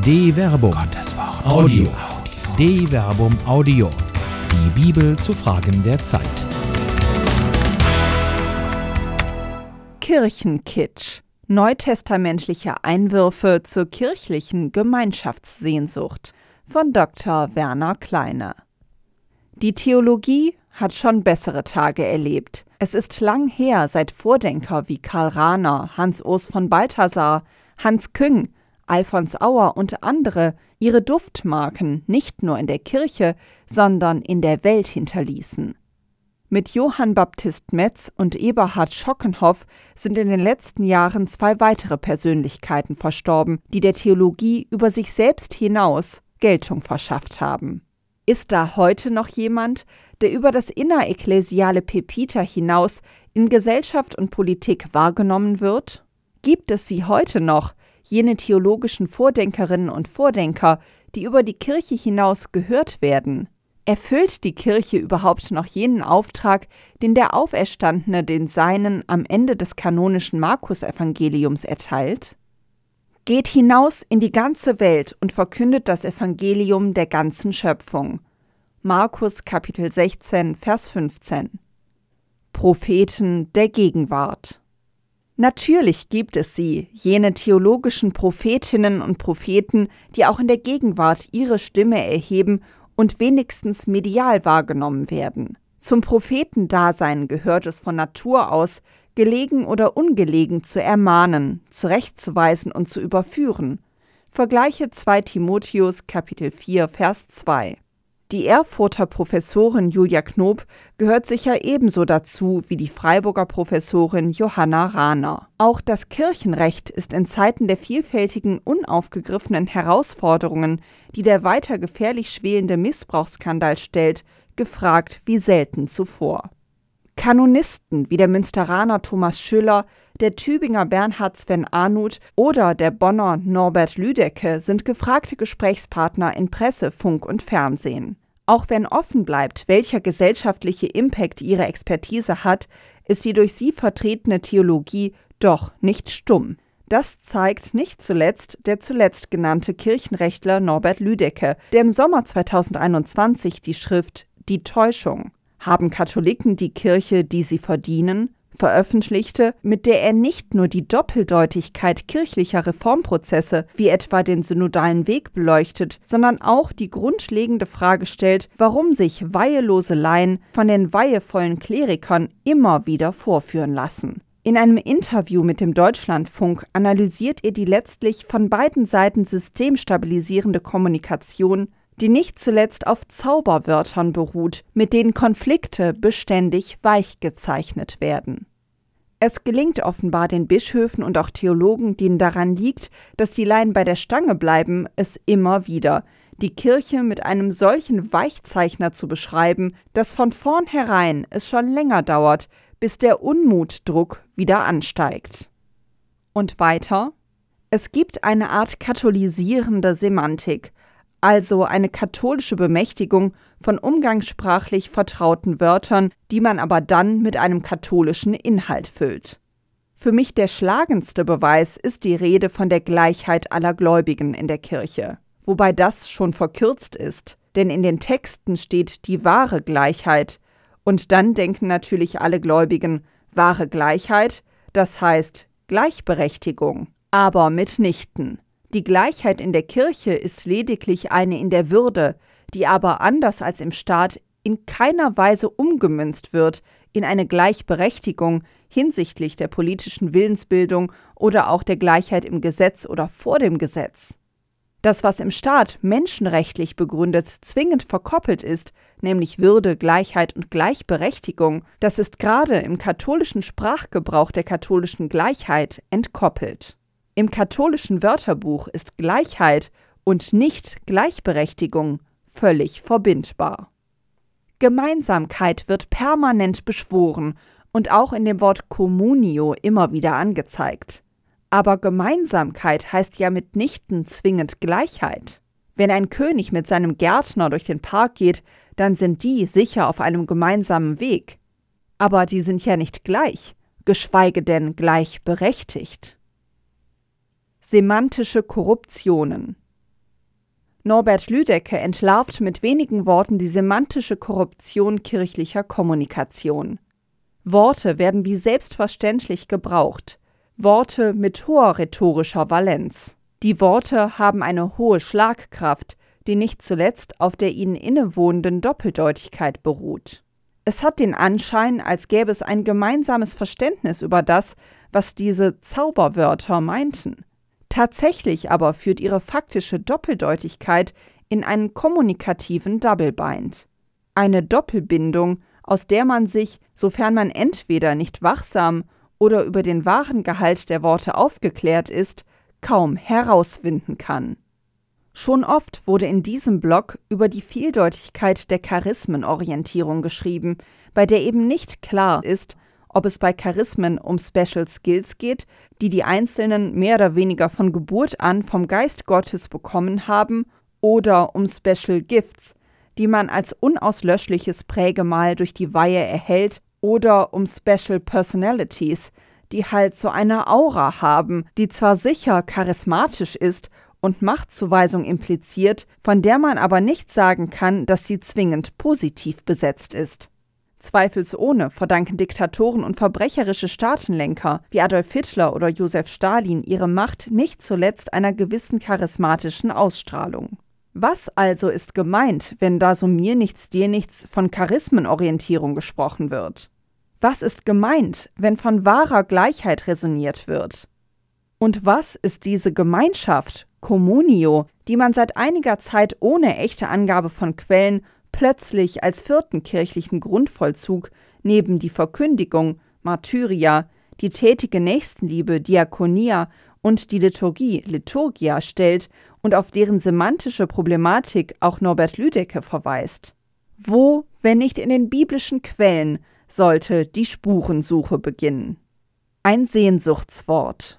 De Verbum. Gottes Wort. Audio. De Verbum Audio. Die Bibel zu Fragen der Zeit. Kirchenkitsch. Neutestamentliche Einwürfe zur kirchlichen Gemeinschaftssehnsucht von Dr. Werner Kleine. Die Theologie hat schon bessere Tage erlebt. Es ist lang her, seit Vordenker wie Karl Rahner, Hans Urs von Balthasar, Hans Küng, Alfons Auer und andere ihre Duftmarken nicht nur in der Kirche, sondern in der Welt hinterließen. Mit Johann Baptist Metz und Eberhard Schockenhoff sind in den letzten Jahren zwei weitere Persönlichkeiten verstorben, die der Theologie über sich selbst hinaus Geltung verschafft haben. Ist da heute noch jemand, der über das innerekklesiale Pepiter hinaus in Gesellschaft und Politik wahrgenommen wird? Gibt es sie heute noch, jene theologischen Vordenkerinnen und Vordenker, die über die Kirche hinaus gehört werden? Erfüllt die Kirche überhaupt noch jenen Auftrag, den der Auferstandene den Seinen am Ende des kanonischen Markus-Evangeliums erteilt? Geht hinaus in die ganze Welt und verkündet das Evangelium der ganzen Schöpfung. Markus Kapitel 16, Vers 15. Propheten der Gegenwart. Natürlich gibt es sie, jene theologischen Prophetinnen und Propheten, die auch in der Gegenwart ihre Stimme erheben und wenigstens medial wahrgenommen werden. Zum Prophetendasein gehört es von Natur aus, gelegen oder ungelegen zu ermahnen, zurechtzuweisen und zu überführen. Vergleiche 2 Timotheus Kapitel 4, Vers 2. Die Erfurter Professorin Julia Knoop gehört sicher ebenso dazu wie die Freiburger Professorin Johanna Rahner. Auch das Kirchenrecht ist in Zeiten der vielfältigen, unaufgegriffenen Herausforderungen, die der weiter gefährlich schwelende Missbrauchsskandal stellt, gefragt wie selten zuvor. Kanonisten wie der Münsteraner Thomas Schüller, der Tübinger Bernhard Sven Arnuth oder der Bonner Norbert Lüdecke sind gefragte Gesprächspartner in Presse, Funk und Fernsehen. Auch wenn offen bleibt, welcher gesellschaftliche Impact ihre Expertise hat, ist die durch sie vertretene Theologie doch nicht stumm. Das zeigt nicht zuletzt der zuletzt genannte Kirchenrechtler Norbert Lüdecke, der im Sommer 2021 die Schrift »Die Täuschung. Haben Katholiken die Kirche, die sie verdienen?« veröffentlichte, mit der er nicht nur die Doppeldeutigkeit kirchlicher Reformprozesse wie etwa den synodalen Weg beleuchtet, sondern auch die grundlegende Frage stellt, warum sich weihelose Laien von den weihevollen Klerikern immer wieder vorführen lassen. In einem Interview mit dem Deutschlandfunk analysiert er die letztlich von beiden Seiten systemstabilisierende Kommunikation, die nicht zuletzt auf Zauberwörtern beruht, mit denen Konflikte beständig weich gezeichnet werden. Es gelingt offenbar den Bischöfen und auch Theologen, denen daran liegt, dass die Laien bei der Stange bleiben, es immer wieder, die Kirche mit einem solchen Weichzeichner zu beschreiben, dass von vornherein es schon länger dauert, bis der Unmutdruck wieder ansteigt. Und weiter: Es gibt eine Art katholisierende Semantik, also eine katholische Bemächtigung von umgangssprachlich vertrauten Wörtern, die man aber dann mit einem katholischen Inhalt füllt. Für mich der schlagendste Beweis ist die Rede von der Gleichheit aller Gläubigen in der Kirche, wobei das schon verkürzt ist, denn in den Texten steht die wahre Gleichheit, und dann denken natürlich alle Gläubigen, wahre Gleichheit, das heißt Gleichberechtigung, aber mitnichten. Die Gleichheit in der Kirche ist lediglich eine in der Würde, die aber anders als im Staat in keiner Weise umgemünzt wird in eine Gleichberechtigung hinsichtlich der politischen Willensbildung oder auch der Gleichheit im Gesetz oder vor dem Gesetz. Das, was im Staat menschenrechtlich begründet zwingend verkoppelt ist, nämlich Würde, Gleichheit und Gleichberechtigung, das ist gerade im katholischen Sprachgebrauch der katholischen Gleichheit entkoppelt. Im katholischen Wörterbuch ist Gleichheit und nicht Gleichberechtigung völlig verbindbar. Gemeinsamkeit wird permanent beschworen und auch in dem Wort communio immer wieder angezeigt. Aber Gemeinsamkeit heißt ja mitnichten zwingend Gleichheit. Wenn ein König mit seinem Gärtner durch den Park geht, dann sind die sicher auf einem gemeinsamen Weg. Aber die sind ja nicht gleich, geschweige denn gleichberechtigt. Semantische Korruptionen. Norbert Lüdecke entlarvt mit wenigen Worten die semantische Korruption kirchlicher Kommunikation. Worte werden wie selbstverständlich gebraucht. Worte mit hoher rhetorischer Valenz. Die Worte haben eine hohe Schlagkraft, die nicht zuletzt auf der ihnen innewohnenden Doppeldeutigkeit beruht. Es hat den Anschein, als gäbe es ein gemeinsames Verständnis über das, was diese Zauberwörter meinten. Tatsächlich aber führt ihre faktische Doppeldeutigkeit in einen kommunikativen Double-Bind. Eine Doppelbindung, aus der man sich, sofern man entweder nicht wachsam oder über den wahren Gehalt der Worte aufgeklärt ist, kaum herauswinden kann. Schon oft wurde in diesem Blog über die Vieldeutigkeit der Charismenorientierung geschrieben, bei der eben nicht klar ist, ob es bei Charismen um Special Skills geht, die die Einzelnen mehr oder weniger von Geburt an vom Geist Gottes bekommen haben, oder um Special Gifts, die man als unauslöschliches Prägemal durch die Weihe erhält, oder um Special Personalities, die halt so eine Aura haben, die zwar sicher charismatisch ist und Machtzuweisung impliziert, von der man aber nicht sagen kann, dass sie zwingend positiv besetzt ist. Zweifelsohne verdanken Diktatoren und verbrecherische Staatenlenker wie Adolf Hitler oder Josef Stalin ihre Macht nicht zuletzt einer gewissen charismatischen Ausstrahlung. Was also ist gemeint, wenn da so mir nichts, dir nichts von Charismenorientierung gesprochen wird? Was ist gemeint, wenn von wahrer Gleichheit resoniert wird? Und was ist diese Gemeinschaft, Communio, die man seit einiger Zeit ohne echte Angabe von Quellen plötzlich als vierten kirchlichen Grundvollzug neben die Verkündigung, Martyria, die tätige Nächstenliebe, Diakonia und die Liturgie, Liturgia stellt und auf deren semantische Problematik auch Norbert Lüdecke verweist? Wo, wenn nicht in den biblischen Quellen, sollte die Spurensuche beginnen? Ein Sehnsuchtswort.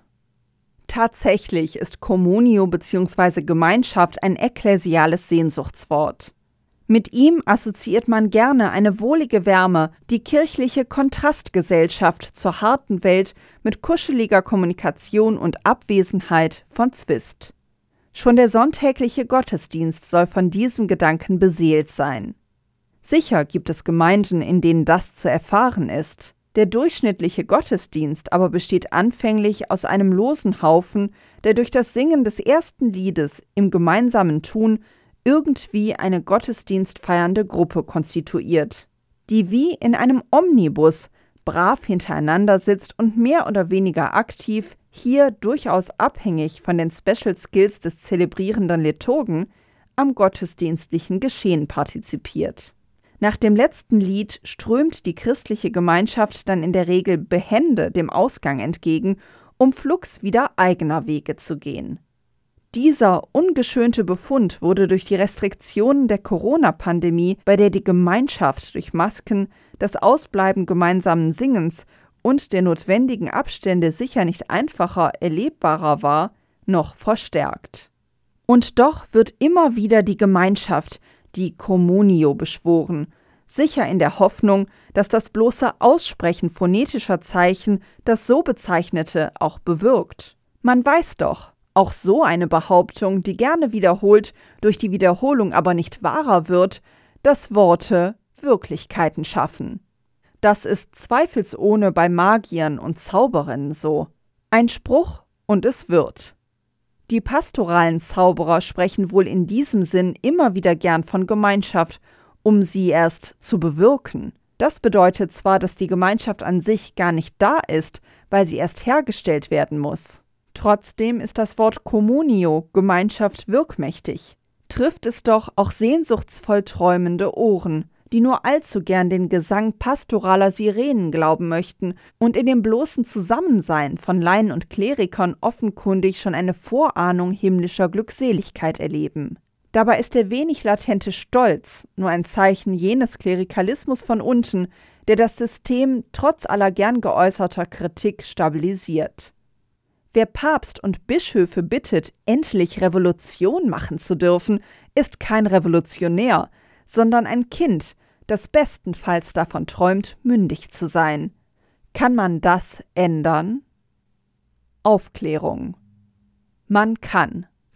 Tatsächlich ist Communio bzw. Gemeinschaft ein ekklesiales Sehnsuchtswort. Mit ihm assoziiert man gerne eine wohlige Wärme, die kirchliche Kontrastgesellschaft zur harten Welt mit kuscheliger Kommunikation und Abwesenheit von Zwist. Schon der sonntägliche Gottesdienst soll von diesem Gedanken beseelt sein. Sicher gibt es Gemeinden, in denen das zu erfahren ist. Der durchschnittliche Gottesdienst aber besteht anfänglich aus einem losen Haufen, der durch das Singen des ersten Liedes im gemeinsamen Tun irgendwie eine gottesdienstfeiernde Gruppe konstituiert, die wie in einem Omnibus brav hintereinander sitzt und mehr oder weniger aktiv, hier durchaus abhängig von den Special Skills des zelebrierenden Liturgen, am gottesdienstlichen Geschehen partizipiert. Nach dem letzten Lied strömt die christliche Gemeinschaft dann in der Regel behende dem Ausgang entgegen, um flugs wieder eigener Wege zu gehen. Dieser ungeschönte Befund wurde durch die Restriktionen der Corona-Pandemie, bei der die Gemeinschaft durch Masken, das Ausbleiben gemeinsamen Singens und der notwendigen Abstände sicher nicht einfacher erlebbarer war, noch verstärkt. Und doch wird immer wieder die Gemeinschaft, die Communio, beschworen, sicher in der Hoffnung, dass das bloße Aussprechen phonetischer Zeichen das so Bezeichnete auch bewirkt. Man weiß doch, auch so eine Behauptung, die gerne wiederholt, durch die Wiederholung aber nicht wahrer wird, dass Worte Wirklichkeiten schaffen. Das ist zweifelsohne bei Magiern und Zauberern so. Ein Spruch und es wird. Die pastoralen Zauberer sprechen wohl in diesem Sinn immer wieder gern von Gemeinschaft, um sie erst zu bewirken. Das bedeutet zwar, dass die Gemeinschaft an sich gar nicht da ist, weil sie erst hergestellt werden muss. Trotzdem ist das Wort Communio, Gemeinschaft, wirkmächtig. Trifft es doch auch sehnsuchtsvoll träumende Ohren, die nur allzu gern den Gesang pastoraler Sirenen glauben möchten und in dem bloßen Zusammensein von Laien und Klerikern offenkundig schon eine Vorahnung himmlischer Glückseligkeit erleben. Dabei ist der wenig latente Stolz nur ein Zeichen jenes Klerikalismus von unten, der das System trotz aller gern geäußerter Kritik stabilisiert. Wer Papst und Bischöfe bittet, endlich Revolution machen zu dürfen, ist kein Revolutionär, sondern ein Kind, das bestenfalls davon träumt, mündig zu sein. Kann man das ändern? Aufklärung. Man kann.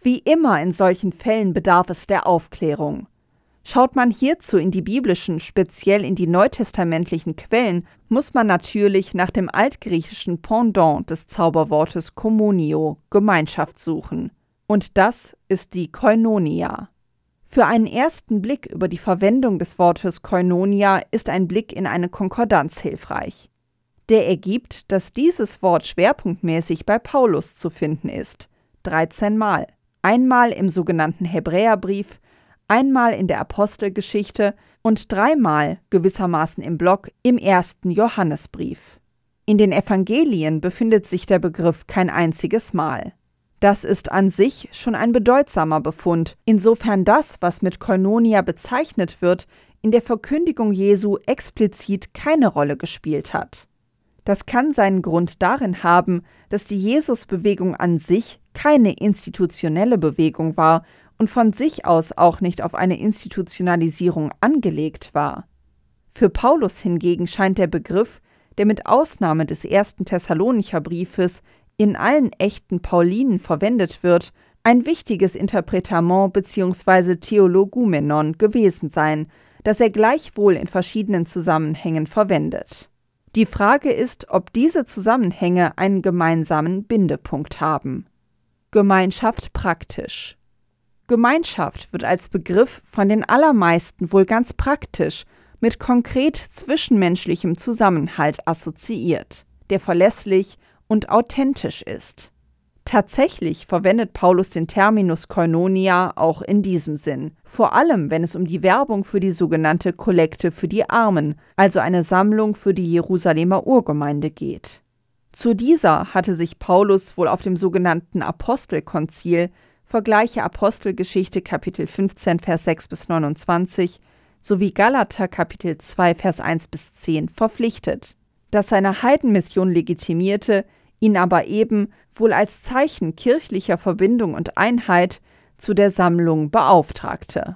Wie immer in solchen Fällen bedarf es der Aufklärung. Schaut man hierzu in die biblischen, speziell in die neutestamentlichen Quellen, muss man natürlich nach dem altgriechischen Pendant des Zauberwortes Komunio, Gemeinschaft, suchen. Und das ist die Koinonia. Für einen ersten Blick über die Verwendung des Wortes Koinonia ist ein Blick in eine Konkordanz hilfreich. Der ergibt, dass dieses Wort schwerpunktmäßig bei Paulus zu finden ist, 13 Mal. Einmal im sogenannten Hebräerbrief, einmal in der Apostelgeschichte und 3 Mal gewissermaßen im Block im 1. Johannesbrief. In den Evangelien befindet sich der Begriff kein einziges Mal. Das ist an sich schon ein bedeutsamer Befund, insofern das, was mit Koinonia bezeichnet wird, in der Verkündigung Jesu explizit keine Rolle gespielt hat. Das kann seinen Grund darin haben, dass die Jesusbewegung an sich keine institutionelle Bewegung war und von sich aus auch nicht auf eine Institutionalisierung angelegt war. Für Paulus hingegen scheint der Begriff, der mit Ausnahme des 1. Thessalonicher Briefes in allen echten Paulinen verwendet wird, ein wichtiges Interpretement bzw. Theologumenon gewesen sein, das er gleichwohl in verschiedenen Zusammenhängen verwendet. Die Frage ist, ob diese Zusammenhänge einen gemeinsamen Bindepunkt haben. Gemeinschaft praktisch. Gemeinschaft wird als Begriff von den allermeisten wohl ganz praktisch mit konkret zwischenmenschlichem Zusammenhalt assoziiert, der verlässlich und authentisch ist. Tatsächlich verwendet Paulus den Terminus Koinonia auch in diesem Sinn, vor allem wenn es um die Werbung für die sogenannte Kollekte für die Armen, also eine Sammlung für die Jerusalemer Urgemeinde geht. Zu dieser hatte sich Paulus wohl auf dem sogenannten Apostelkonzil, vergleiche Apostelgeschichte Kapitel 15, Vers 6 bis 29, sowie Galater Kapitel 2, Vers 1 bis 10 verpflichtet, das seine Heidenmission legitimierte, ihn aber eben wohl als Zeichen kirchlicher Verbindung und Einheit zu der Sammlung beauftragte.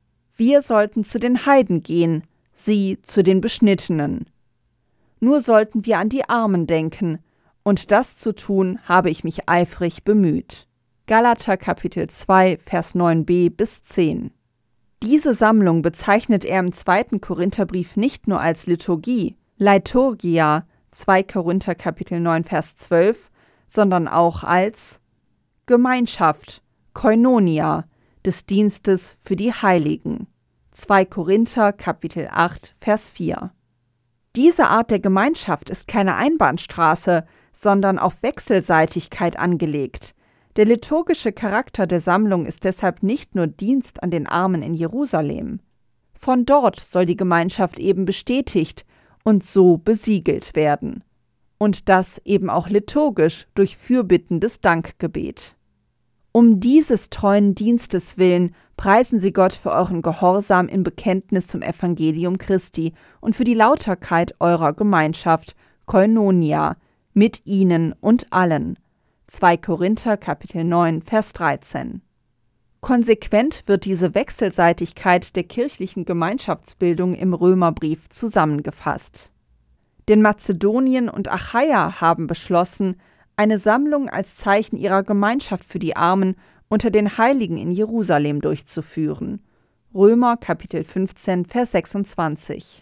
Wir sollten zu den Heiden gehen, sie zu den Beschnittenen. Nur sollten wir an die Armen denken, und das zu tun, habe ich mich eifrig bemüht. Galater Kapitel 2, Vers 9b bis 10. Diese Sammlung bezeichnet er im 2. Korintherbrief nicht nur als Liturgie, Liturgia, 2 Korinther Kapitel 9, Vers 12, sondern auch als Gemeinschaft, Koinonia, des Dienstes für die Heiligen, 2 Korinther Kapitel 8, Vers 4. Diese Art der Gemeinschaft ist keine Einbahnstraße, sondern auf Wechselseitigkeit angelegt. Der liturgische Charakter der Sammlung ist deshalb nicht nur Dienst an den Armen in Jerusalem. Von dort soll die Gemeinschaft eben bestätigt und so besiegelt werden. Und das eben auch liturgisch durch fürbittendes Dankgebet. Um dieses treuen Dienstes willen preisen Sie Gott für euren Gehorsam im Bekenntnis zum Evangelium Christi und für die Lauterkeit eurer Gemeinschaft, Koinonia, mit ihnen und allen. 2 Korinther Kapitel 9, Vers 13. Konsequent wird diese Wechselseitigkeit der kirchlichen Gemeinschaftsbildung im Römerbrief zusammengefasst. Denn Mazedonien und Achaia haben beschlossen, eine Sammlung als Zeichen ihrer Gemeinschaft für die Armen unter den Heiligen in Jerusalem durchzuführen. Römer Kapitel 15, Vers 26.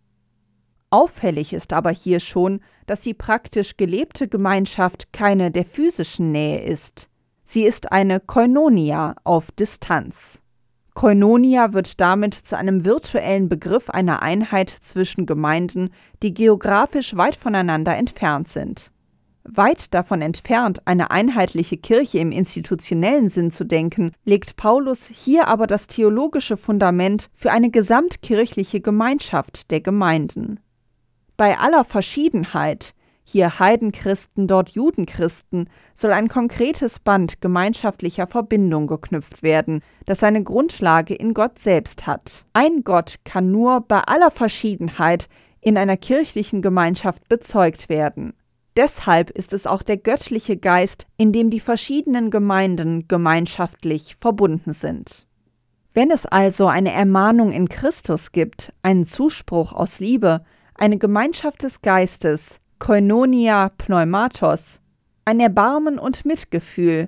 Auffällig ist aber hier schon, dass die praktisch gelebte Gemeinschaft keine der physischen Nähe ist. Sie ist eine Koinonia auf Distanz. Koinonia wird damit zu einem virtuellen Begriff einer Einheit zwischen Gemeinden, die geografisch weit voneinander entfernt sind. Weit davon entfernt, eine einheitliche Kirche im institutionellen Sinn zu denken, legt Paulus hier aber das theologische Fundament für eine gesamtkirchliche Gemeinschaft der Gemeinden. Bei aller Verschiedenheit, hier Heidenchristen, dort Judenchristen, soll ein konkretes Band gemeinschaftlicher Verbindung geknüpft werden, das seine Grundlage in Gott selbst hat. Ein Gott kann nur bei aller Verschiedenheit in einer kirchlichen Gemeinschaft bezeugt werden. Deshalb ist es auch der göttliche Geist, in dem die verschiedenen Gemeinden gemeinschaftlich verbunden sind. Wenn es also eine Ermahnung in Christus gibt, einen Zuspruch aus Liebe, eine Gemeinschaft des Geistes, Koinonia Pneumatos, ein Erbarmen und Mitgefühl,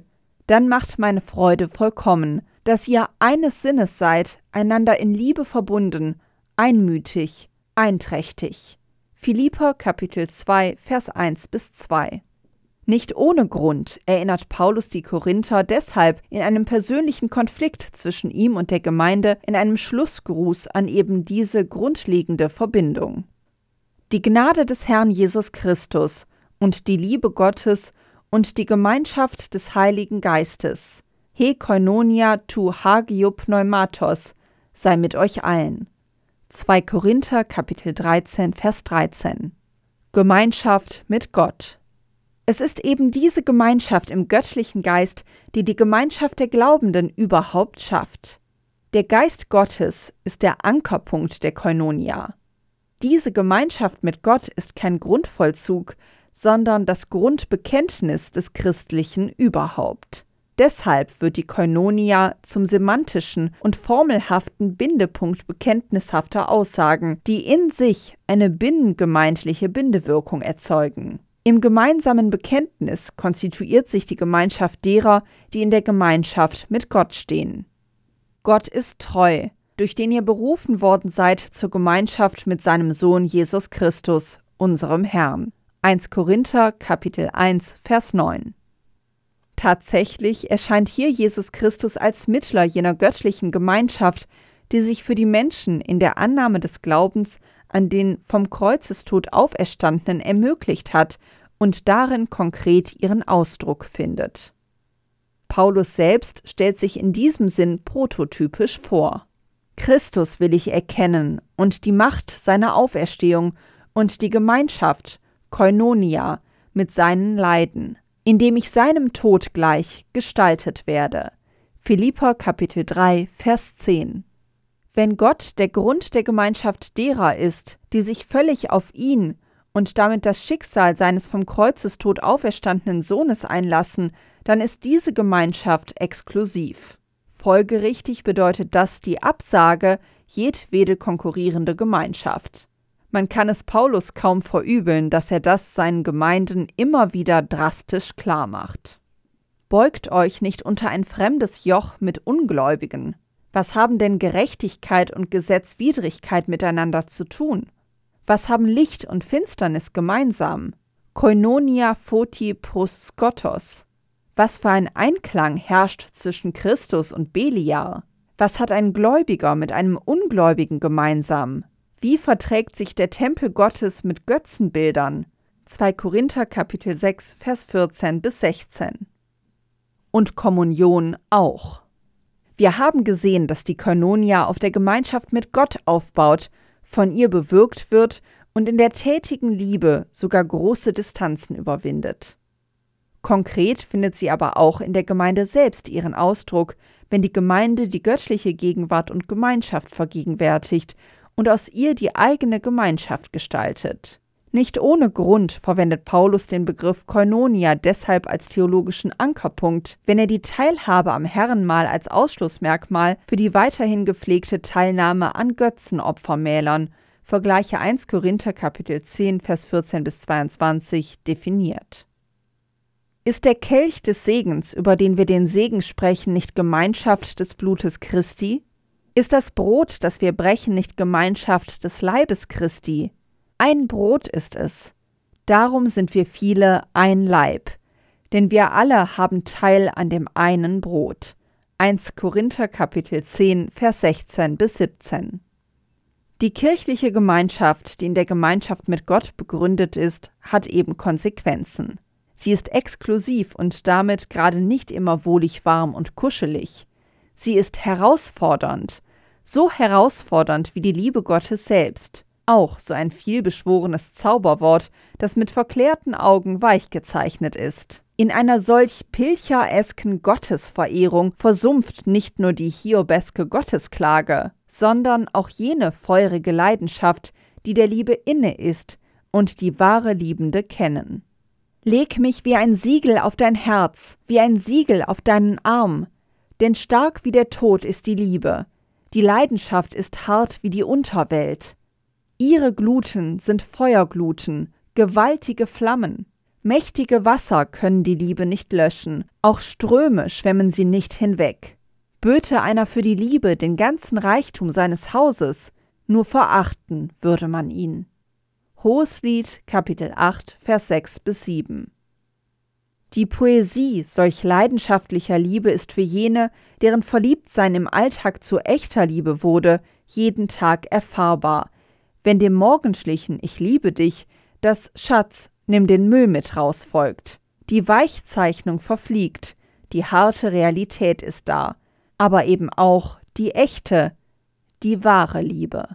Dann macht meine Freude vollkommen, dass ihr eines Sinnes seid, einander in Liebe verbunden, einmütig, einträchtig. Philipper Kapitel 2, Vers 1-2. Nicht ohne Grund erinnert Paulus die Korinther deshalb in einem persönlichen Konflikt zwischen ihm und der Gemeinde in einem Schlussgruß an eben diese grundlegende Verbindung. Die Gnade des Herrn Jesus Christus und die Liebe Gottes und die Gemeinschaft des Heiligen Geistes, he koinonia tu hagio pneumatos, sei mit euch allen. 2 Korinther Kapitel 13, Vers 13. Gemeinschaft mit Gott. Es ist eben diese Gemeinschaft im göttlichen Geist, die die Gemeinschaft der Glaubenden überhaupt schafft. Der Geist Gottes ist der Ankerpunkt der Koinonia. Diese Gemeinschaft mit Gott ist kein Grundvollzug, sondern das Grundbekenntnis des Christlichen überhaupt. Deshalb wird die Koinonia zum semantischen und formelhaften Bindepunkt bekenntnishafter Aussagen, die in sich eine binnengemeindliche Bindewirkung erzeugen. Im gemeinsamen Bekenntnis konstituiert sich die Gemeinschaft derer, die in der Gemeinschaft mit Gott stehen. Gott ist treu, durch den ihr berufen worden seid zur Gemeinschaft mit seinem Sohn Jesus Christus, unserem Herrn. 1 Korinther, Kapitel 1, Vers 9. Tatsächlich erscheint hier Jesus Christus als Mittler jener göttlichen Gemeinschaft, die sich für die Menschen in der Annahme des Glaubens an den vom Kreuzestod Auferstandenen ermöglicht hat und darin konkret ihren Ausdruck findet. Paulus selbst stellt sich in diesem Sinn prototypisch vor. Christus will ich erkennen und die Macht seiner Auferstehung und die Gemeinschaft, Koinonia, mit seinen Leiden, indem ich seinem Tod gleich gestaltet werde. Philipper Kapitel 3, Vers 10. Wenn Gott der Grund der Gemeinschaft derer ist, die sich völlig auf ihn und damit das Schicksal seines vom Kreuzestod auferstandenen Sohnes einlassen, dann ist diese Gemeinschaft exklusiv. Folgerichtig bedeutet das die Absage jedwede konkurrierende Gemeinschaft. Man kann es Paulus kaum verübeln, dass er das seinen Gemeinden immer wieder drastisch klar macht. Beugt euch nicht unter ein fremdes Joch mit Ungläubigen. Was haben denn Gerechtigkeit und Gesetzwidrigkeit miteinander zu tun? Was haben Licht und Finsternis gemeinsam? Koinonia foti pros skotos. Was für ein Einklang herrscht zwischen Christus und Beliar? Was hat ein Gläubiger mit einem Ungläubigen gemeinsam? Wie verträgt sich der Tempel Gottes mit Götzenbildern? 2 Korinther Kapitel 6, Vers 14-16. Und Kommunion auch. Wir haben gesehen, dass die Koinonia auf der Gemeinschaft mit Gott aufbaut, von ihr bewirkt wird und in der tätigen Liebe sogar große Distanzen überwindet. Konkret findet sie aber auch in der Gemeinde selbst ihren Ausdruck, wenn die Gemeinde die göttliche Gegenwart und Gemeinschaft vergegenwärtigt und aus ihr die eigene Gemeinschaft gestaltet. Nicht ohne Grund verwendet Paulus den Begriff Koinonia deshalb als theologischen Ankerpunkt, wenn er die Teilhabe am Herrenmahl als Ausschlussmerkmal für die weiterhin gepflegte Teilnahme an Götzenopfermählern, vergleiche 1 Korinther Kapitel 10, Vers 14-22, definiert. Ist der Kelch des Segens, über den wir den Segen sprechen, nicht Gemeinschaft des Blutes Christi? Ist das Brot, das wir brechen, nicht Gemeinschaft des Leibes Christi? Ein Brot ist es. Darum sind wir viele ein Leib. Denn wir alle haben Teil an dem einen Brot. 1 Korinther Kapitel 10, Vers 16-17. Die kirchliche Gemeinschaft, die in der Gemeinschaft mit Gott begründet ist, hat eben Konsequenzen. Sie ist exklusiv und damit gerade nicht immer wohlig warm und kuschelig. Sie ist herausfordernd, so herausfordernd wie die Liebe Gottes selbst. Auch so ein vielbeschworenes Zauberwort, das mit verklärten Augen weich gezeichnet ist. In einer solch pilcheresken Gottesverehrung versumpft nicht nur die hiobeske Gottesklage, sondern auch jene feurige Leidenschaft, die der Liebe inne ist und die wahre Liebende kennen. Leg mich wie ein Siegel auf dein Herz, wie ein Siegel auf deinen Arm, denn stark wie der Tod ist die Liebe, die Leidenschaft ist hart wie die Unterwelt. Ihre Gluten sind Feuergluten, gewaltige Flammen. Mächtige Wasser können die Liebe nicht löschen, auch Ströme schwemmen sie nicht hinweg. Böte einer für die Liebe den ganzen Reichtum seines Hauses, nur verachten würde man ihn. Hoheslied, Kapitel 8, Vers 6-7. Die Poesie solch leidenschaftlicher Liebe ist für jene, deren Verliebtsein im Alltag zu echter Liebe wurde, jeden Tag erfahrbar. Wenn dem morgendlichen »Ich liebe dich« das »Schatz, nimm den Müll mit raus« folgt. Die Weichzeichnung verfliegt, die harte Realität ist da, aber eben auch die echte, die wahre Liebe.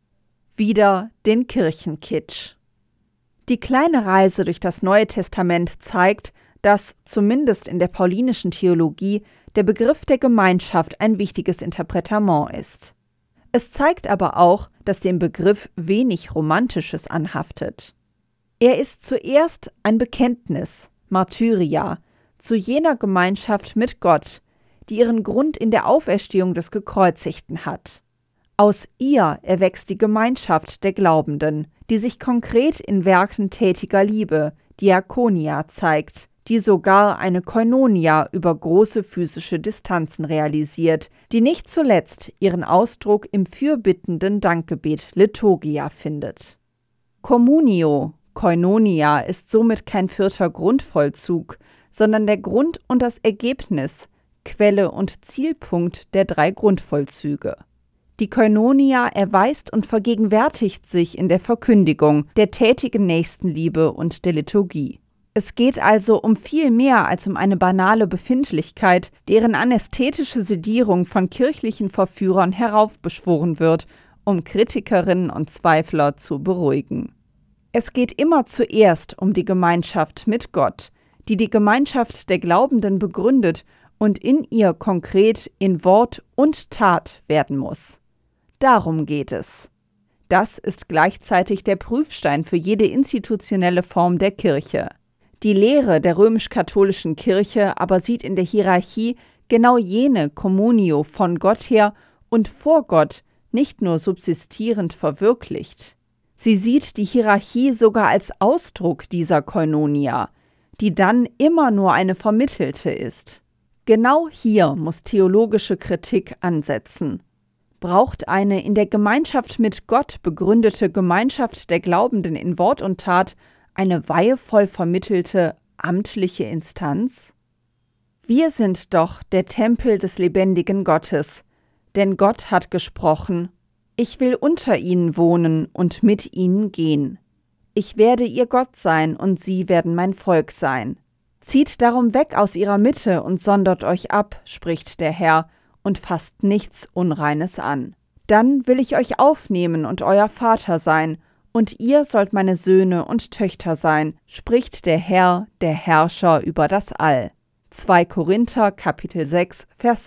Wieder den Kirchenkitsch. Die kleine Reise durch das Neue Testament zeigt, dass, zumindest in der paulinischen Theologie, der Begriff der Gemeinschaft ein wichtiges Interpretement ist. Es zeigt aber auch, dass dem Begriff wenig Romantisches anhaftet. Er ist zuerst ein Bekenntnis, Martyria, zu jener Gemeinschaft mit Gott, die ihren Grund in der Auferstehung des Gekreuzigten hat. Aus ihr erwächst die Gemeinschaft der Glaubenden, die sich konkret in Werken tätiger Liebe, Diakonia, zeigt, die sogar eine Koinonia über große physische Distanzen realisiert, die nicht zuletzt ihren Ausdruck im fürbittenden Dankgebet Liturgia findet. Communio, Koinonia, ist somit kein vierter Grundvollzug, sondern der Grund und das Ergebnis, Quelle und Zielpunkt der 3 Grundvollzüge. Die Koinonia erweist und vergegenwärtigt sich in der Verkündigung, der tätigen Nächstenliebe und der Liturgie. Es geht also um viel mehr als um eine banale Befindlichkeit, deren anästhetische Sedierung von kirchlichen Verführern heraufbeschworen wird, um Kritikerinnen und Zweifler zu beruhigen. Es geht immer zuerst um die Gemeinschaft mit Gott, die die Gemeinschaft der Glaubenden begründet und in ihr konkret in Wort und Tat werden muss. Darum geht es. Das ist gleichzeitig der Prüfstein für jede institutionelle Form der Kirche. Die Lehre der römisch-katholischen Kirche aber sieht in der Hierarchie genau jene Communio von Gott her und vor Gott nicht nur subsistierend verwirklicht. Sie sieht die Hierarchie sogar als Ausdruck dieser Koinonia, die dann immer nur eine vermittelte ist. Genau hier muss theologische Kritik ansetzen. Braucht eine in der Gemeinschaft mit Gott begründete Gemeinschaft der Glaubenden in Wort und Tat eine weihevoll vermittelte amtliche Instanz? Wir sind doch der Tempel des lebendigen Gottes, denn Gott hat gesprochen: Ich will unter ihnen wohnen und mit ihnen gehen. Ich werde ihr Gott sein und sie werden mein Volk sein. Zieht darum weg aus ihrer Mitte und sondert euch ab, spricht der Herr, und fasst nichts Unreines an. Dann will ich euch aufnehmen und euer Vater sein, und ihr sollt meine Söhne und Töchter sein, spricht der Herr, der Herrscher über das All. 2 Korinther, Kapitel 6, Vers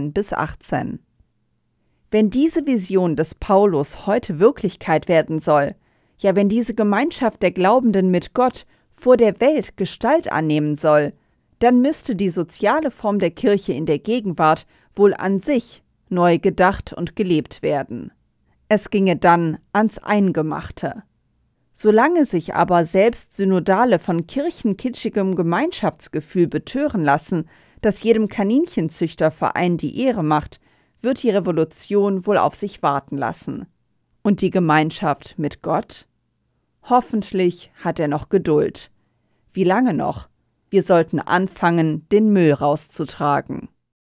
16-18. Wenn diese Vision des Paulus heute Wirklichkeit werden soll, ja, wenn diese Gemeinschaft der Glaubenden mit Gott vor der Welt Gestalt annehmen soll, dann müsste die soziale Form der Kirche in der Gegenwart wohl an sich neu gedacht und gelebt werden. Es ginge dann ans Eingemachte. Solange sich aber selbst Synodale von kirchenkitschigem Gemeinschaftsgefühl betören lassen, das jedem Kaninchenzüchterverein die Ehre macht, wird die Revolution wohl auf sich warten lassen. Und die Gemeinschaft mit Gott? Hoffentlich hat er noch Geduld. Wie lange noch? Wir sollten anfangen, den Müll rauszutragen.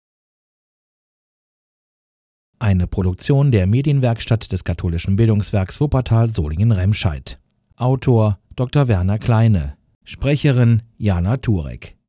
Eine Produktion der Medienwerkstatt des katholischen Bildungswerks Wuppertal Solingen-Remscheid. Autor Dr. Werner Kleine. Sprecherin Jana Turek.